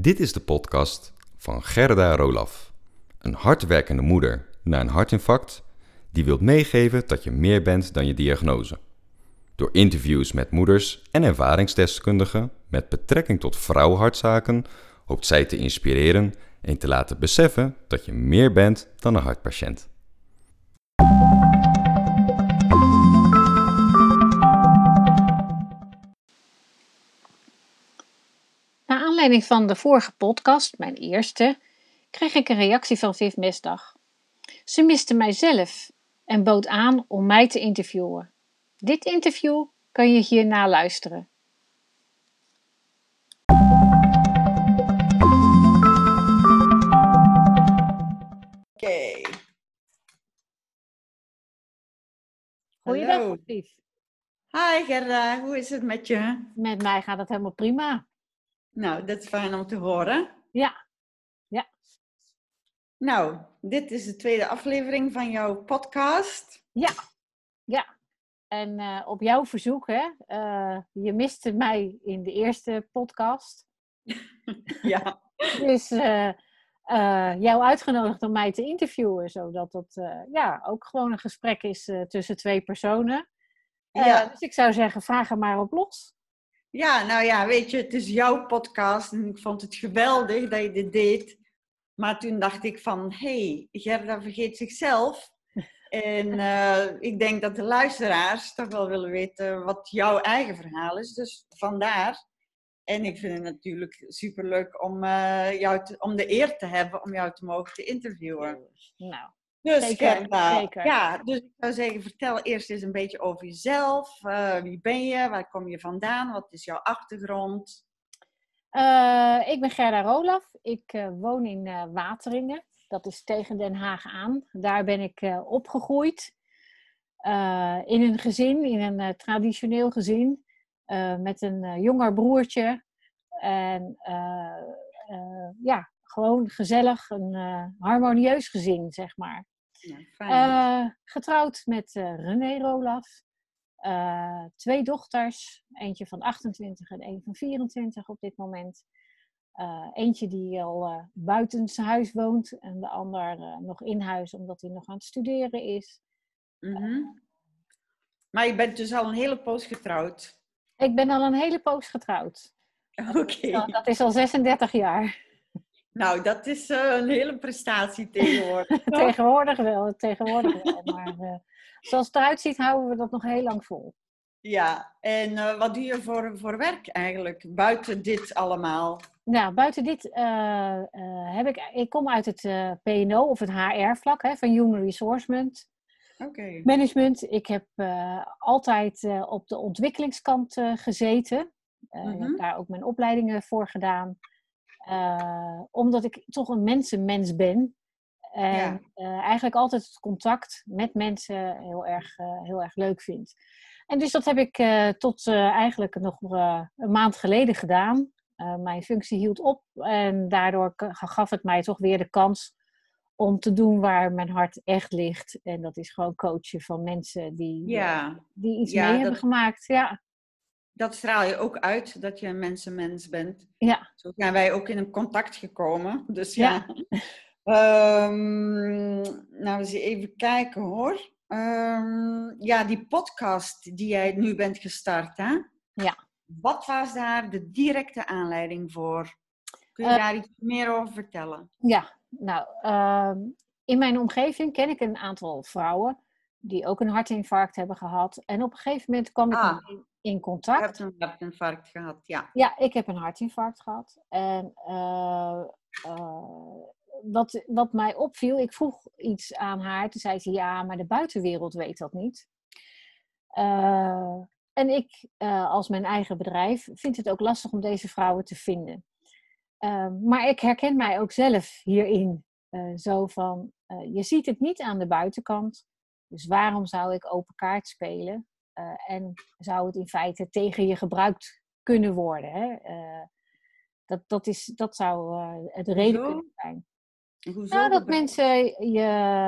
Dit is de podcast van Gerda Rolaf. Een hardwerkende moeder na een hartinfarct die wilt meegeven dat je meer bent dan je diagnose. Door interviews met moeders en ervaringsdeskundigen met betrekking tot vrouwenhartzaken hoopt zij te inspireren en te laten beseffen dat je meer bent dan een hartpatiënt. Naar aanleiding van de vorige podcast, mijn eerste, kreeg ik een reactie van Viv Mesdag. Ze miste mijzelf en bood aan om mij te interviewen. Dit interview kan je hierna luisteren. Oké. Goeiedag, Hallo. Viv. Hi Gerda, hoe is het met je? Met mij gaat het helemaal prima. Nou, dat is fijn om te horen. Ja. Nou, dit is de tweede aflevering van jouw podcast. Ja. En op jouw verzoek, hè? Je miste mij in de eerste podcast. Ja. Dus jou uitgenodigd om mij te interviewen, zodat het ook gewoon een gesprek is tussen twee personen. Ja. Dus ik zou zeggen, vraag er maar op los. Ja, nou ja, weet je, het is jouw podcast en ik vond het geweldig dat je dit deed. Maar toen dacht ik van, hey, Gerda vergeet zichzelf. En ik denk dat de luisteraars toch wel willen weten wat jouw eigen verhaal is. Dus vandaar. En ik vind het natuurlijk superleuk om, om de eer te hebben om jou te mogen te interviewen. Nou, Dus zeker, Gerda, zeker. ja, dus ik zou zeggen, vertel eerst eens een beetje over jezelf. Wie ben je? Waar kom je vandaan? Wat is jouw achtergrond? Ik ben Gerda Rolaf. Ik woon in Wateringen. Dat is tegen Den Haag aan. Daar ben ik opgegroeid. In een gezin, in een traditioneel gezin. Met een jonger broertje. En gewoon gezellig. Een harmonieus gezin, zeg maar. Ja, fijn. Getrouwd met René Rolaf. 2 dochters. Eentje van 28 en een van 24 op dit moment. Eentje die al buitenshuis woont. En de ander nog in huis, omdat hij nog aan het studeren is. Maar je bent dus al een hele poos getrouwd. Ik ben al een hele poos getrouwd. Oké. Dat is al 36 jaar. Nou, dat is een hele prestatie tegenwoordig. Tegenwoordig wel. Maar zoals het eruit ziet, houden we dat nog heel lang vol. Ja, en wat doe je voor werk eigenlijk? Buiten dit allemaal? Nou, buiten dit ik kom uit het PNO of het HR-vlak van Human Resource Oké. Management. Ik heb altijd op de ontwikkelingskant gezeten. Ik heb daar ook mijn opleidingen voor gedaan. Omdat ik toch een mensenmens ben. En eigenlijk altijd het contact met mensen heel erg leuk vind. En dus dat heb ik tot eigenlijk nog een maand geleden gedaan. Mijn functie hield op en daardoor gaf het mij toch weer de kans om te doen waar mijn hart echt ligt. En dat is gewoon coachen van mensen die iets mee hebben gemaakt. Ja. Dat straal je ook uit, dat je een mensenmens bent. Ja. Zo zijn wij ook in contact gekomen. Dus ja. Nou, eens even kijken hoor. Die podcast die jij nu bent gestart, hè? Ja. Wat was daar de directe aanleiding voor? Kun je daar iets meer over vertellen? Ja, nou, in mijn omgeving ken ik een aantal vrouwen die ook een hartinfarct hebben gehad. En op een gegeven moment kwam ik in contact. Je hebt een hartinfarct gehad, ja. Ja, ik heb een hartinfarct gehad. En wat mij opviel, ik vroeg iets aan haar. Toen zei ze, ja, maar de buitenwereld weet dat niet. En ik, als mijn eigen bedrijf, vind het ook lastig om deze vrouwen te vinden. Maar ik herken mij ook zelf hierin. Zo van, je ziet het niet aan de buitenkant. Dus waarom zou ik open kaart spelen? En zou het in feite tegen je gebruikt kunnen worden? Hè? Dat zou het reden kunnen zijn. Hoezo? Nou, dat mensen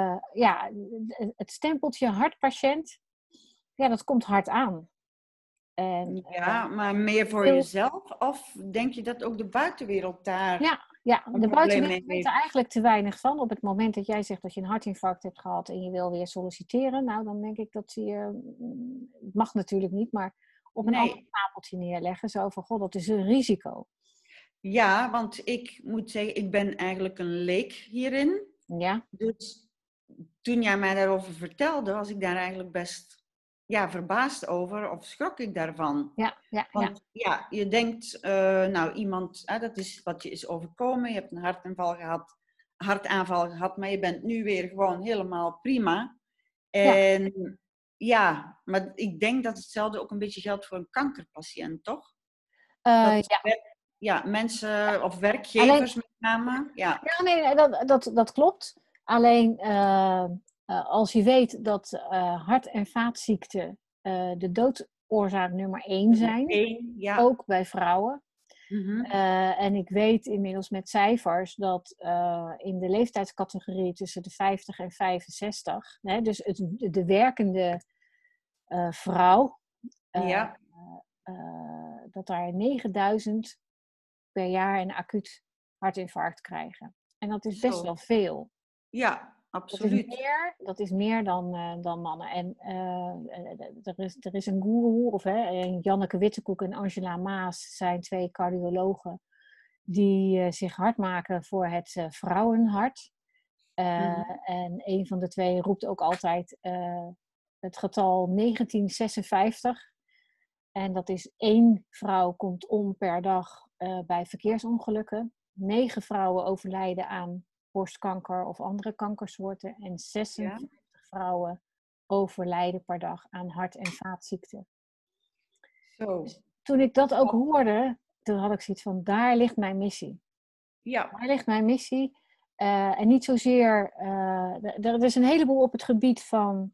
het stempeltje hartpatiënt, ja, dat komt hard aan. En, Ja, maar meer voor jezelf? Of denk je dat ook de buitenwereld daar ja, een de probleem buitenwereld mee weet er heeft? eigenlijk te weinig van. Op het moment dat jij zegt dat je een hartinfarct hebt gehad en je wil weer solliciteren, nou dan denk ik dat je, het mag natuurlijk niet, maar op een ander Nee. stapeltje neerleggen. Zo van, god, dat is een risico. Ja, want ik moet zeggen, ik ben eigenlijk een leek hierin. Ja, Dus toen jij mij daarover vertelde, was ik daar eigenlijk best verbaasd over. Of schrok ik daarvan. ja. Want ja, je denkt, nou iemand, dat is wat je is overkomen. Je hebt een hartaanval gehad, maar je bent nu weer gewoon helemaal prima. Ja. En ja, maar ik denk dat hetzelfde ook een beetje geldt voor een kankerpatiënt, toch? Dat mensen of werkgevers Alleen, met name, ja. ja, nee, dat klopt. Alleen als je weet dat hart- en vaatziekten de doodoorzaak nummer 1 Nummer zijn, 1, ja. ook bij vrouwen. Mhm. En ik weet inmiddels met cijfers dat in de leeftijdscategorie tussen de 50 en 65, hè, dus de werkende vrouw, Ja, dat daar 9000 per jaar een acuut hartinfarct krijgen. En dat is best zo. wel veel. Ja, absoluut. Dat is meer dan mannen. En er is een goeroe, of Janneke Wittekoek en Angela Maas zijn 2 cardiologen die zich hard maken voor het vrouwenhart. Mhm. En een van de 2 roept ook altijd het getal 1956. En dat is 1 vrouw komt om per dag bij verkeersongelukken. 9 vrouwen overlijden aan borstkanker of andere kankersoorten. En 56 Ja, vrouwen overlijden per dag aan hart- en vaatziekten. zo. Dus toen ik dat ook hoorde, toen had ik zoiets van, daar ligt mijn missie. Ja, Daar ligt mijn missie. En niet zozeer, er is een heleboel op het gebied van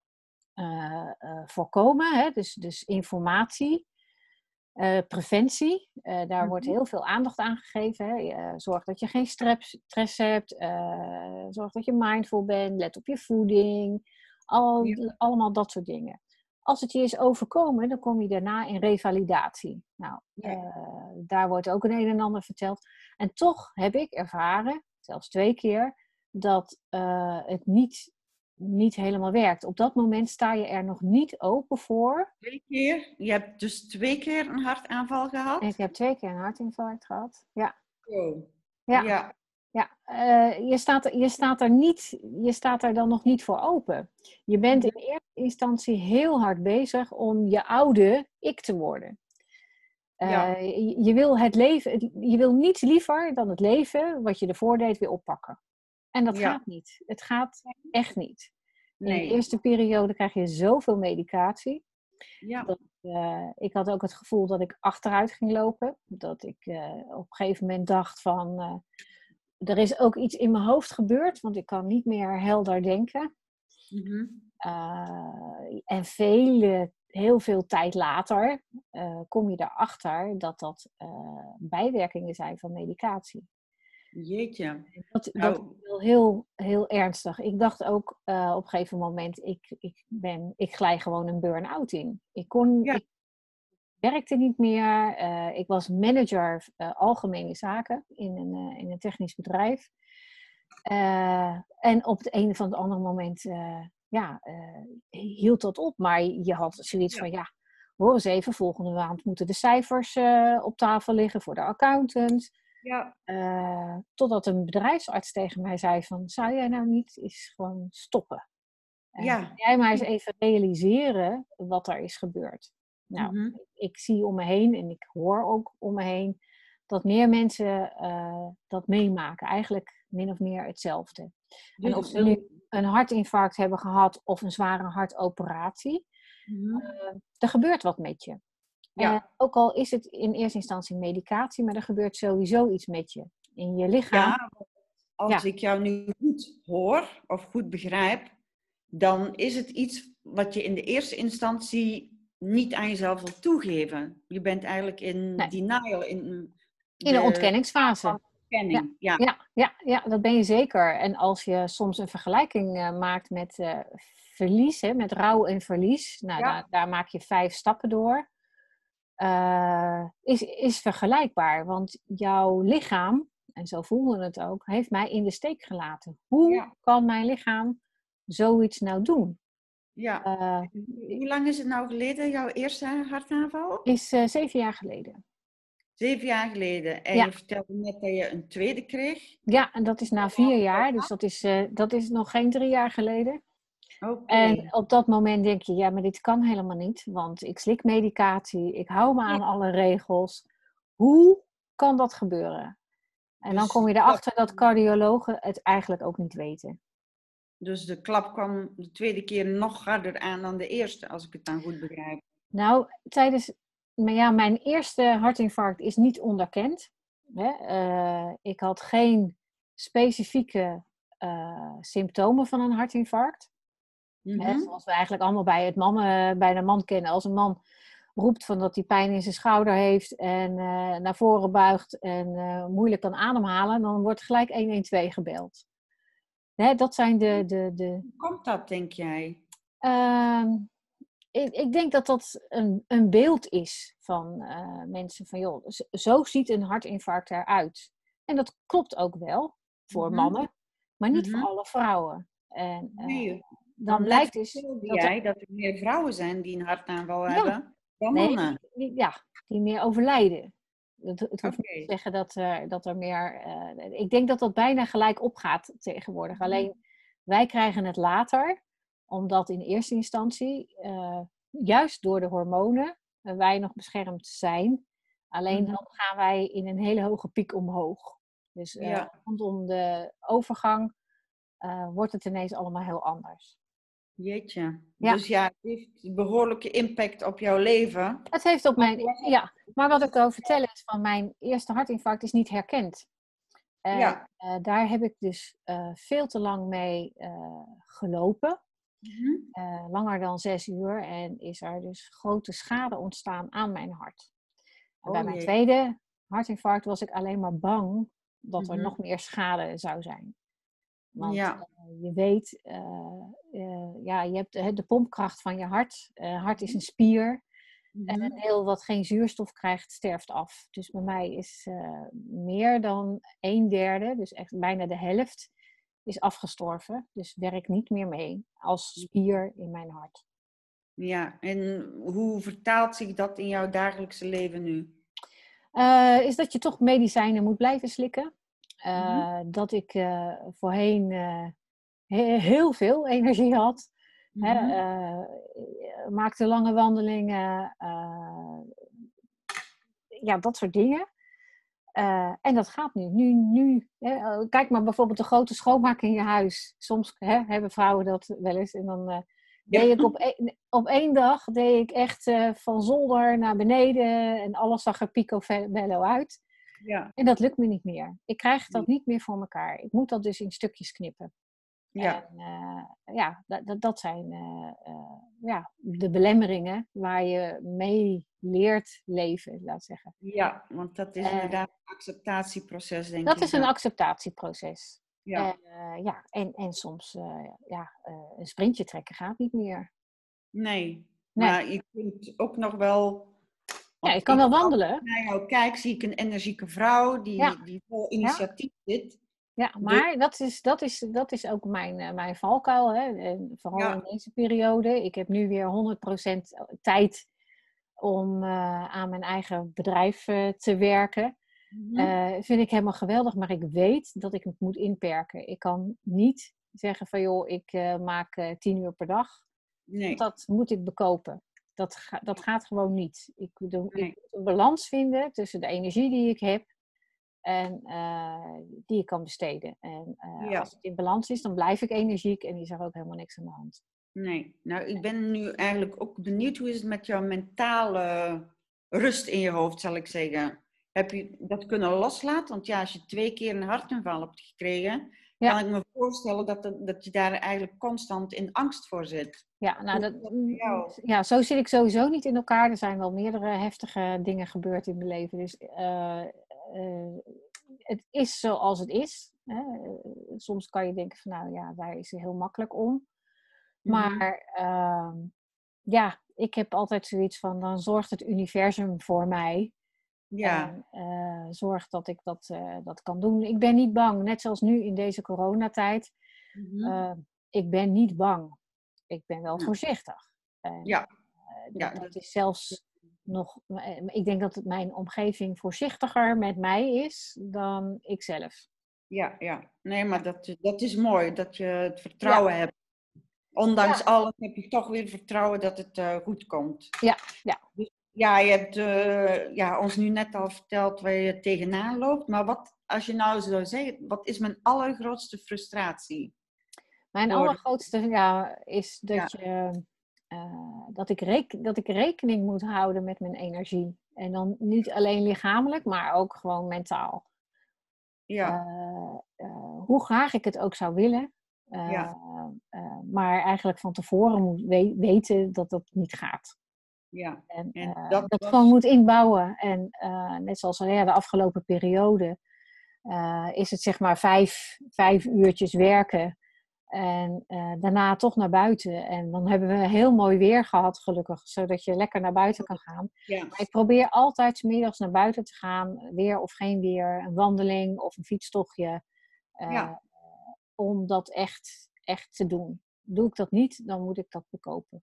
voorkomen, hè? Dus informatie. Preventie, daar wordt mhm. heel veel aandacht aan gegeven. Hè. Zorg dat je geen stress hebt. Zorg dat je mindful bent. Let op je voeding. Ja, Allemaal dat soort dingen. Als het je is overkomen, dan kom je daarna in revalidatie. Nou, ja, daar wordt ook een en ander verteld. En toch heb ik ervaren, zelfs 2 keer, dat het niet helemaal werkt. Op dat moment sta je er nog niet open voor. 2 keer. Je hebt dus 2 keer een hartaanval Ik gehad? heb 2 keer een hartinfarct gehad. Ja, Zo. ja, Ja, ja. Je staat er dan nog niet voor open. Je bent mhm. in eerste instantie heel hard bezig om je oude ik te worden. Ja, Je wil het leven, je wil niets liever dan het leven wat je ervoor deed weer oppakken. En dat ja. gaat niet. Het gaat echt niet. In de Nee. eerste periode krijg je zoveel medicatie. Ja, Ik had ook het gevoel dat ik achteruit ging lopen. Dat ik op een gegeven moment dacht van... er is ook iets in mijn hoofd gebeurd, want ik kan niet meer helder denken. mhm. En heel veel tijd later kom je erachter dat dat bijwerkingen zijn van medicatie. Jeetje. Dat is Nou, wel heel, heel ernstig. Ik dacht ook op een gegeven moment, ik glij gewoon een burn-out in. ja, Ik werkte niet meer. Ik was manager algemene zaken in een technisch bedrijf. En op het een of het andere moment hield dat op. Maar je had zoiets ja, van, ja, hoor eens even, volgende maand moeten de cijfers op tafel liggen voor de accountant. ja, Totdat een bedrijfsarts tegen mij zei van, zou jij nou niet eens gewoon stoppen? Kan ja. jij maar eens even realiseren wat er is gebeurd? Nou, Mhm. ik zie om me heen en ik hoor ook om me heen dat meer mensen dat meemaken. Eigenlijk min of meer hetzelfde. En of Dus, ze nu een hartinfarct hebben gehad of een zware hartoperatie, mhm. er gebeurt wat met je. Ja, Ook al is het in eerste instantie medicatie, maar er gebeurt sowieso iets met je. In je lichaam. ja, als Ja, ik jou nu goed hoor of goed begrijp, dan is het iets wat je in de eerste instantie niet aan jezelf wil toegeven. Je bent eigenlijk in nee, denial, in in de de staat ontkenningsfase. van Ja, erkenning. Ja, ja, dat ben je zeker. En als je soms een vergelijking maakt met verlies, hè, met rouw en verlies, nou, ja, daar maak je 5 stappen door. is vergelijkbaar. Want jouw lichaam, en zo voelde het ook, heeft mij in de steek gelaten. Hoe kan mijn lichaam zoiets nou doen? Ja. Hoe lang is het nou geleden, jouw eerste hartaanval? Is 7 jaar geleden. 7 jaar geleden. En je vertelde net dat je een tweede kreeg. Ja, en dat is na 4 jaar. Dus dat is nog geen 3 jaar geleden. En op dat moment denk je, ja, maar dit kan helemaal niet. Want ik slik medicatie. Ik hou me aan alle regels. Hoe kan dat gebeuren? En Dus dan kom je erachter dat cardiologen het eigenlijk ook niet weten. Dus de klap kwam de tweede keer nog harder aan dan de eerste, als ik het dan goed begrijp. Nou, mijn eerste hartinfarct is niet onderkend. Ik had geen specifieke symptomen van een hartinfarct. Zoals we eigenlijk allemaal bij de man kennen. Als een man roept van dat hij pijn in zijn schouder heeft en naar voren buigt en moeilijk kan ademhalen, dan wordt gelijk 112 gebeld. Dat zijn Hoe komt dat, denk jij? Ik denk dat dat een beeld is van mensen van, joh, zo ziet een hartinfarct eruit. En dat klopt ook wel voor mannen, maar niet voor alle vrouwen. En dan blijkt dus dat er meer vrouwen zijn die een hartaanval hebben dan mannen. Die meer overlijden. Het hoeft niet te zeggen dat er meer... ik denk dat dat bijna gelijk opgaat tegenwoordig. Alleen, wij krijgen het later, omdat in eerste instantie, juist door de hormonen, wij nog beschermd zijn. Alleen dan gaan wij in een hele hoge piek omhoog. Dus rondom de overgang wordt het ineens allemaal heel anders. Jeetje. Ja. Dus ja, het heeft een behoorlijke impact op jouw leven. Het heeft op mijn... Ja, maar wat ik wil vertellen is van mijn eerste hartinfarct is niet herkend. Daar heb ik dus veel te lang mee gelopen. Langer dan 6 uur. En is er dus grote schade ontstaan aan mijn hart. En bij mijn tweede hartinfarct was ik alleen maar bang dat er nog meer schade zou zijn. Want je weet, je hebt de pompkracht van je hart. Hart is een spier. En een deel wat geen zuurstof krijgt, sterft af. Dus bij mij is meer dan 1/3, dus echt bijna de helft, is afgestorven. Dus werkt niet meer mee als spier in mijn hart. Ja, en hoe vertaalt zich dat in jouw dagelijkse leven nu? Is dat je toch medicijnen moet blijven slikken. Dat ik voorheen heel veel energie had. Maakte lange wandelingen. Dat soort dingen. En dat gaat nu. Kijk maar bijvoorbeeld de grote schoonmaak in je huis. Soms hebben vrouwen dat wel eens. En dan deed ik op 1 dag deed ik echt van zolder naar beneden. En alles zag er picobello uit. Ja. En dat lukt me niet meer. Ik krijg dat niet meer voor elkaar. Ik moet dat dus in stukjes knippen. Ja. En, dat zijn de belemmeringen waar je mee leert leven, laat zeggen. Ja, want dat is inderdaad een acceptatieproces, denk ik. Dat is een acceptatieproces. Ja. En soms een sprintje trekken gaat niet meer. Nee, maar je kunt ook nog wel... Ja, ik kan wel wandelen. Als ik naar jou kijk, zie ik een energieke vrouw die vol initiatief zit. Ja, maar dat is ook mijn valkuil. Hè? En vooral in deze periode. Ik heb nu weer 100% tijd om aan mijn eigen bedrijf te werken. Vind ik helemaal geweldig, maar ik weet dat ik het moet inperken. Ik kan niet zeggen van joh, ik maak 10 uur per dag. Nee. Dat moet ik bekopen. Dat gaat gewoon niet. Ik moet een balans vinden tussen de energie die ik heb en die ik kan besteden. En als het in balans is, dan blijf ik energiek en is er ook helemaal niks aan de hand. Nee, nou ik ben nu eigenlijk ook benieuwd hoe is het met jouw mentale rust in je hoofd, zal ik zeggen. Heb je dat kunnen loslaten? Want als je 2 keer een hartaanval hebt gekregen, kan ik me voorstellen dat je daar eigenlijk constant in angst voor zit. Ja, zo zit ik sowieso niet in elkaar. Er zijn wel meerdere heftige dingen gebeurd in mijn leven. Dus het is zoals het is. Hè. Soms kan je denken van daar is het heel makkelijk om. Maar ik heb altijd zoiets van, dan zorgt het universum voor mij. Ja. En zorg dat ik dat kan doen. Ik ben niet bang, net zoals nu in deze coronatijd. Mhm. Ik ben niet bang. Ik ben wel Ja. voorzichtig. En, Ja. Ja, dat is zelfs nog... Ik denk dat het mijn omgeving voorzichtiger met mij is dan ikzelf. ja. Nee, maar dat is mooi, dat je het Ja, vertrouwen hebt. Ondanks ja, alles heb je toch weer vertrouwen dat het goed komt. ja, ja. Dus, ja, je hebt ons nu net al verteld waar je tegenaan loopt. Maar wat, als je nou zou zeggen, wat is mijn allergrootste frustratie? Mijn Door, allergrootste is ja, dat ik rekening moet houden met mijn energie. En dan niet alleen lichamelijk, maar ook gewoon mentaal. ja, Hoe graag ik het ook zou willen. ja, Maar eigenlijk van tevoren moet weten dat dat niet gaat. ja. En En dat gewoon moet inbouwen. En net zoals de afgelopen periode is het zeg maar vijf uurtjes werken. En daarna toch naar buiten. En dan hebben we heel mooi weer gehad, gelukkig. Zodat je lekker naar buiten kan gaan. ja, Maar ik probeer altijd 's middags naar buiten te gaan. Weer of geen weer. Een wandeling of een fietstochtje. ja, Om dat echt te doen. Doe ik dat niet, dan moet ik dat bekopen.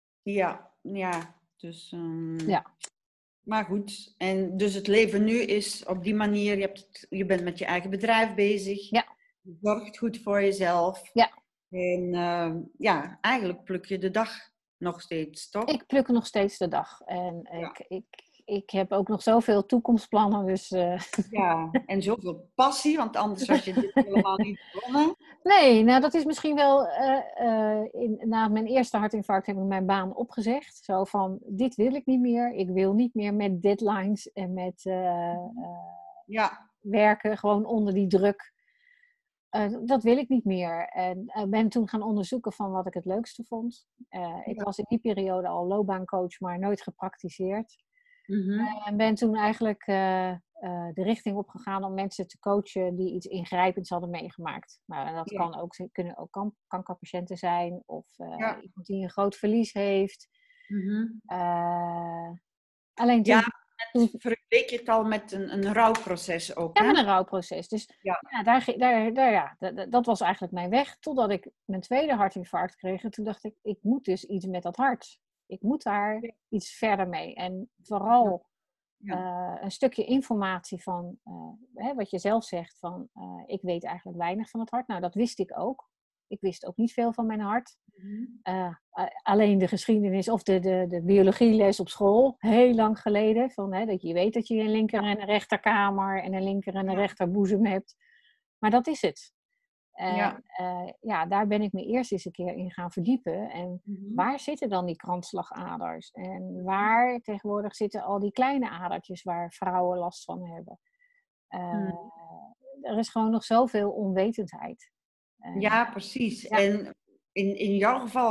ja. Dus, Ja, maar goed. En dus het leven nu is op die manier, je bent met je eigen bedrijf bezig. ja, Je zorgt goed voor jezelf. ja. En eigenlijk pluk je de dag nog steeds, toch? Ik pluk nog steeds de dag. En Ja. ik heb ook nog zoveel toekomstplannen. Dus Ja, en zoveel passie, want anders had je dit helemaal niet begonnen. nee, nou dat is misschien wel... na mijn eerste hartinfarct heb ik mijn baan opgezegd. Zo van, dit wil ik niet meer. Ik wil niet meer met deadlines en met Ja, werken. Gewoon onder die druk. Dat wil ik niet meer. En ben toen gaan onderzoeken van wat ik het leukste vond. Ik ja. was in die periode al loopbaancoach, maar nooit gepraktiseerd. Mhm. En ben toen eigenlijk de richting opgegaan om mensen te coachen die iets ingrijpends hadden meegemaakt. Nou, en dat Ja, kunnen ook kankerpatiënten zijn of ja. iemand die een groot verlies heeft. Mhm. Uh, alleen Ja, toen vergeleek je het al met een rouwproces ook, ja, hè? met een rouwproces. Dus Ja, ja, dat was eigenlijk mijn weg. Totdat ik mijn tweede hartinfarct kreeg. En toen dacht ik moet dus iets met dat hart. Ik moet daar iets verder mee. En ja, vooral ja. een stukje informatie van wat je zelf zegt. Van, ik weet eigenlijk weinig van het hart. Nou, dat wist ik ook. Ik wist ook niet veel van mijn hart. Mhm. Alleen de geschiedenis of de biologieles op school, heel lang geleden. Van, dat je weet dat je een linker en een rechterkamer en een linker en een Ja, rechterboezem hebt. Maar dat is het. ja. En daar ben ik me eerst eens een keer in gaan verdiepen. En Mhm. waar zitten dan die kransslagaders? En waar tegenwoordig zitten al die kleine adertjes waar vrouwen last van hebben? Mhm. Eh, Er is gewoon nog zoveel onwetendheid. En, Ja, precies. ja. En in jouw geval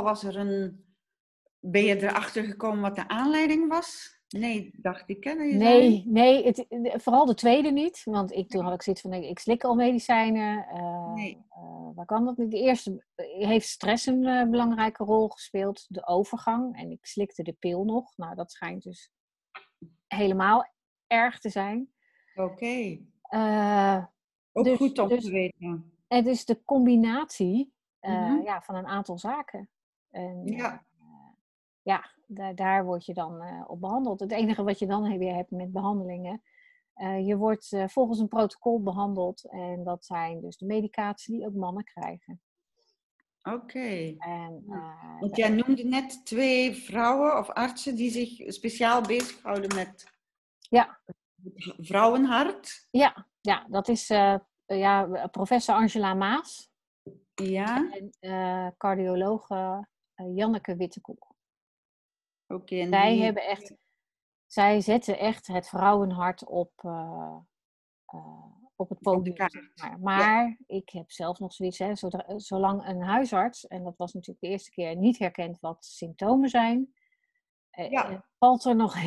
ben je erachter gekomen wat de aanleiding was? Nee, dacht ik, hè, dat je zei? Nee, vooral de tweede niet. Want toen had ik zoiets van, ik slik al medicijnen. Nee. Waar kan dat niet? De eerste heeft stress een belangrijke rol gespeeld. De overgang. En ik slikte de pil nog. Nou, dat schijnt dus helemaal erg te zijn. Oké. Uh, Ook goed om te dus weten. het is de combinatie Mhm. van een aantal zaken. En Ja, daar word je dan op behandeld. Het enige wat je dan weer hebt met behandelingen. Je wordt volgens een protocol behandeld. En dat zijn dus de medicatie die ook mannen krijgen. oké. En, Ja. Want jij noemde net 2 vrouwen of artsen die zich speciaal bezighouden met ja, het vrouwenhart. ja, dat is professor Angela Maas Ja, en cardiologe Janneke Wittekoek. oké. En die Zij zetten echt het vrouwenhart op het op de podium, zeg kaart. maar. Ja, Maar ik heb zelf nog zoiets, zolang een huisarts, en dat was natuurlijk de eerste keer, niet herkent wat symptomen zijn, ja, valt er nog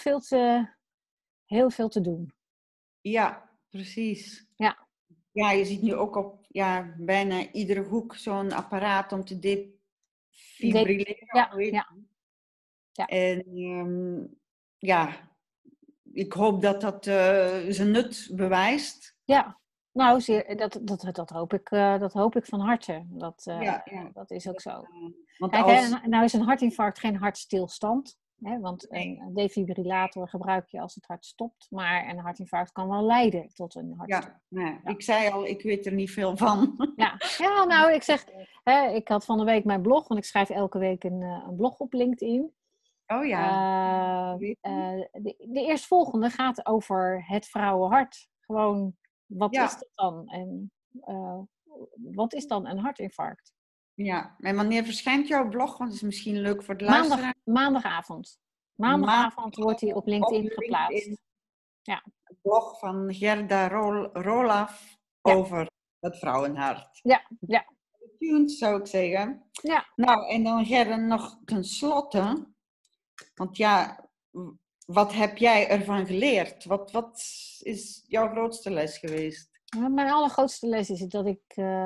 heel veel te doen. ja, precies. Ja, Ja, je ziet nu ook op bijna iedere hoek zo'n apparaat om te defibrilleren. Hoe heet ja. het? Ja. En ja, ik hoop dat dat zijn nut bewijst. Ja, nou, dat hoop ik van harte. Ja, ja. Dat is ook zo. Want Kijk, als... hè, nou is een hartinfarct geen hartstilstand. Hè, want Nee, een defibrillator gebruik je als het hart stopt. Maar een hartinfarct kan wel leiden tot een hartstilstand. ja, nee, Ja. ik zei al, ik weet er niet veel van. Ja, nou, ik zeg, hè, ik had van de week mijn blog, want ik schrijf elke week een blog op LinkedIn. Oh ja. De eerstvolgende gaat over het vrouwenhart. Gewoon, wat is Ja, dat dan? En wat is dan een hartinfarct? ja. En wanneer verschijnt jouw blog? Want het is misschien leuk voor de luisteraar. Maandagavond. Maandagavond wordt hij op LinkedIn geplaatst. Ja. Het blog van Gerda Rolaf Ja. over het vrouwenhart. Ja. Tuned, zou ik zeggen. Ja. Nou, en dan Gerda nog tenslotte. Want ja, wat heb jij ervan geleerd? Wat is jouw grootste les geweest? Mijn allergrootste les is dat ik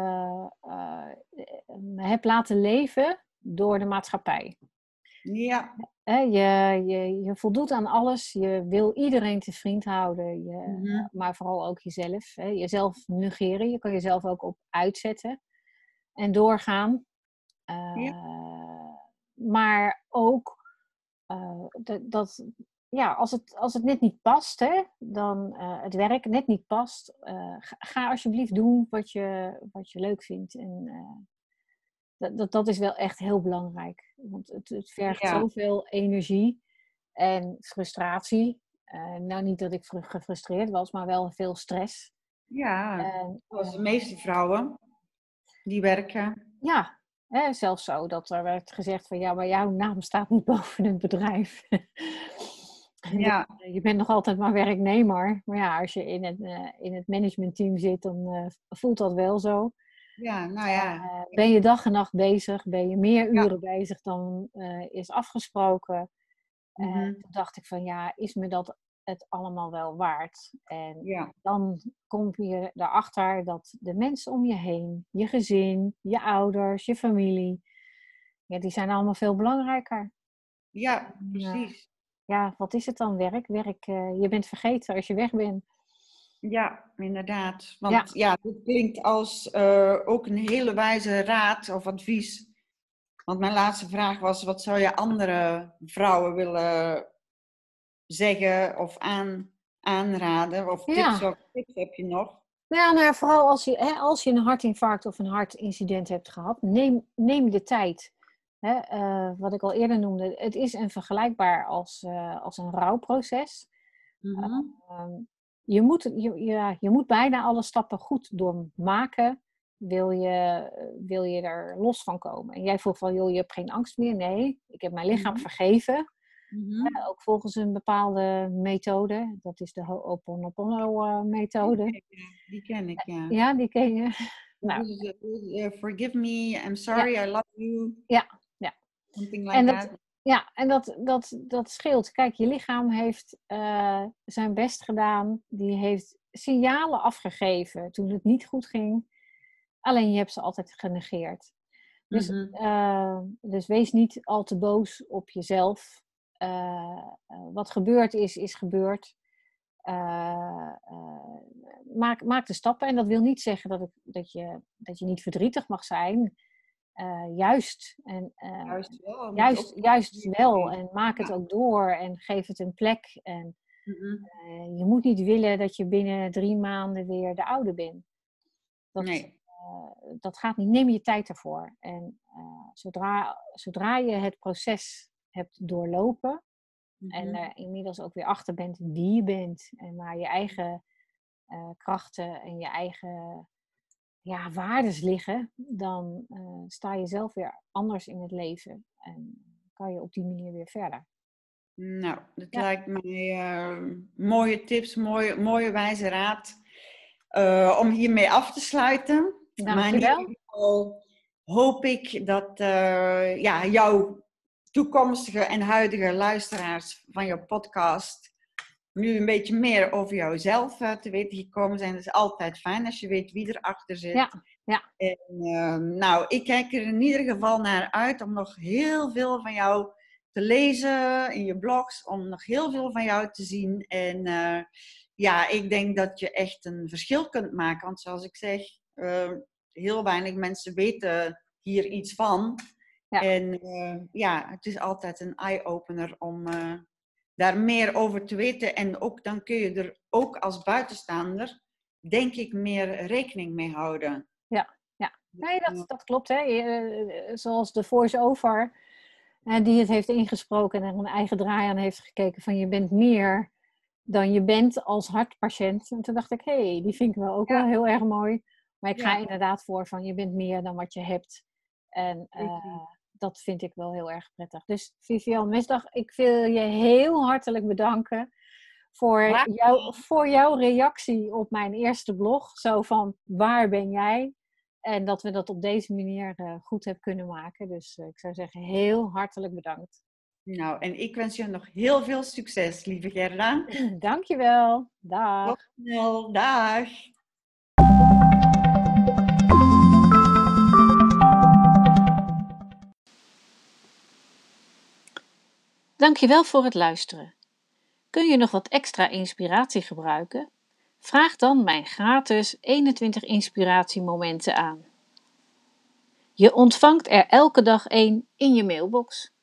me heb laten leven door de maatschappij. Ja. Je voldoet aan alles. Je wil iedereen te vriend houden. Maar vooral ook jezelf. Jezelf negeren. Je kan jezelf ook op uitzetten. En doorgaan. Maar ook als het net niet past, dan het werk net niet past, ga alsjeblieft doen wat je leuk vindt. En dat is wel echt heel belangrijk. Want het vergt zoveel energie en frustratie. Nou, niet dat ik gefrustreerd was, maar wel veel stress. Ja, zoals de meeste vrouwen die werken. Ja, zelfs zo dat er werd gezegd van ja, maar jouw naam staat niet boven het bedrijf. Ja. Je bent nog altijd maar werknemer. Maar ja, als je in het managementteam zit, dan voelt dat wel zo. Ja, nou ja. Ben je dag en nacht bezig? Ben je meer uren bezig dan is afgesproken? Toen dacht ik van ja, is me dat het allemaal wel waard? En dan kom je erachter dat de mensen om je heen, je gezin, je ouders, je familie, die zijn allemaal veel belangrijker. Ja, precies. Wat is het dan werk? Je bent vergeten als je weg bent. Ja, inderdaad. Want dit klinkt als ook een hele wijze raad of advies. Want mijn laatste vraag was, wat zou je andere vrouwen willen zeggen of aanraden? Of tips heb je nog? Nou, vooral als je een hartinfarct of een hartincident hebt gehad, neem de tijd. Wat ik al eerder noemde, het is een vergelijkbaar als een rouwproces. Je moet bijna alle stappen goed doormaken, wil je er los van komen. En jij vroeg van, joh, je hebt geen angst meer. Nee, ik heb mijn lichaam vergeven. Ook volgens een bepaalde methode. Dat is de Ho'oponopono-methode. Die ken ik, ja. Ja, die ken je. Forgive me, I'm sorry, I love you. Ja. Something like that. Ja, en dat scheelt. Kijk, je lichaam heeft zijn best gedaan. Die heeft signalen afgegeven toen het niet goed ging. Alleen je hebt ze altijd genegeerd. Dus wees niet al te boos op jezelf. Wat gebeurd is gebeurd. Maak de stappen. En dat wil niet zeggen dat je niet verdrietig mag zijn. Juist wel. En maak het ook door. En geef het een plek. En je moet niet willen dat je binnen 3 maanden weer de oude bent. Dat gaat niet. Neem je tijd ervoor. En zodra je het proces hebt doorlopen en er inmiddels ook weer achter bent wie je bent en waar je eigen krachten en je eigen waardes liggen, dan sta je zelf weer anders in het leven en kan je op die manier weer verder. Nou, dat lijkt mij mooie tips, mooie wijze raad om hiermee af te sluiten. Maar in ieder geval hoop ik dat jouw toekomstige en huidige luisteraars van jouw podcast nu een beetje meer over jouzelf te weten gekomen zijn. Dat is altijd fijn als je weet wie erachter zit. Ja. En, ik kijk er in ieder geval naar uit om nog heel veel van jou te lezen in je blogs, om nog heel veel van jou te zien. En ik denk dat je echt een verschil kunt maken. Want zoals ik zeg, heel weinig mensen weten hier iets van. Ja. En het is altijd een eye-opener om daar meer over te weten. En ook, dan kun je er ook als buitenstaander, denk ik, meer rekening mee houden. Ja. Nee, dat klopt. Hè. Zoals de voice-over, die het heeft ingesproken en er een eigen draai aan heeft gekeken van je bent meer dan je bent als hartpatiënt. En toen dacht ik, die vind ik wel ook wel heel erg mooi. Maar ik ga inderdaad voor van je bent meer dan wat je hebt. En dat vind ik wel heel erg prettig. Dus Vivian Misdag, ik wil je heel hartelijk bedanken voor jouw reactie op mijn eerste blog. Zo van, waar ben jij? En dat we dat op deze manier goed hebben kunnen maken. Dus ik zou zeggen, heel hartelijk bedankt. Nou, en ik wens je nog heel veel succes, lieve Gerda. Dankjewel. Dag. Tot snel. Dag. Dankjewel voor het luisteren. Kun je nog wat extra inspiratie gebruiken? Vraag dan mijn gratis 21 inspiratiemomenten aan. Je ontvangt er elke dag 1 in je mailbox.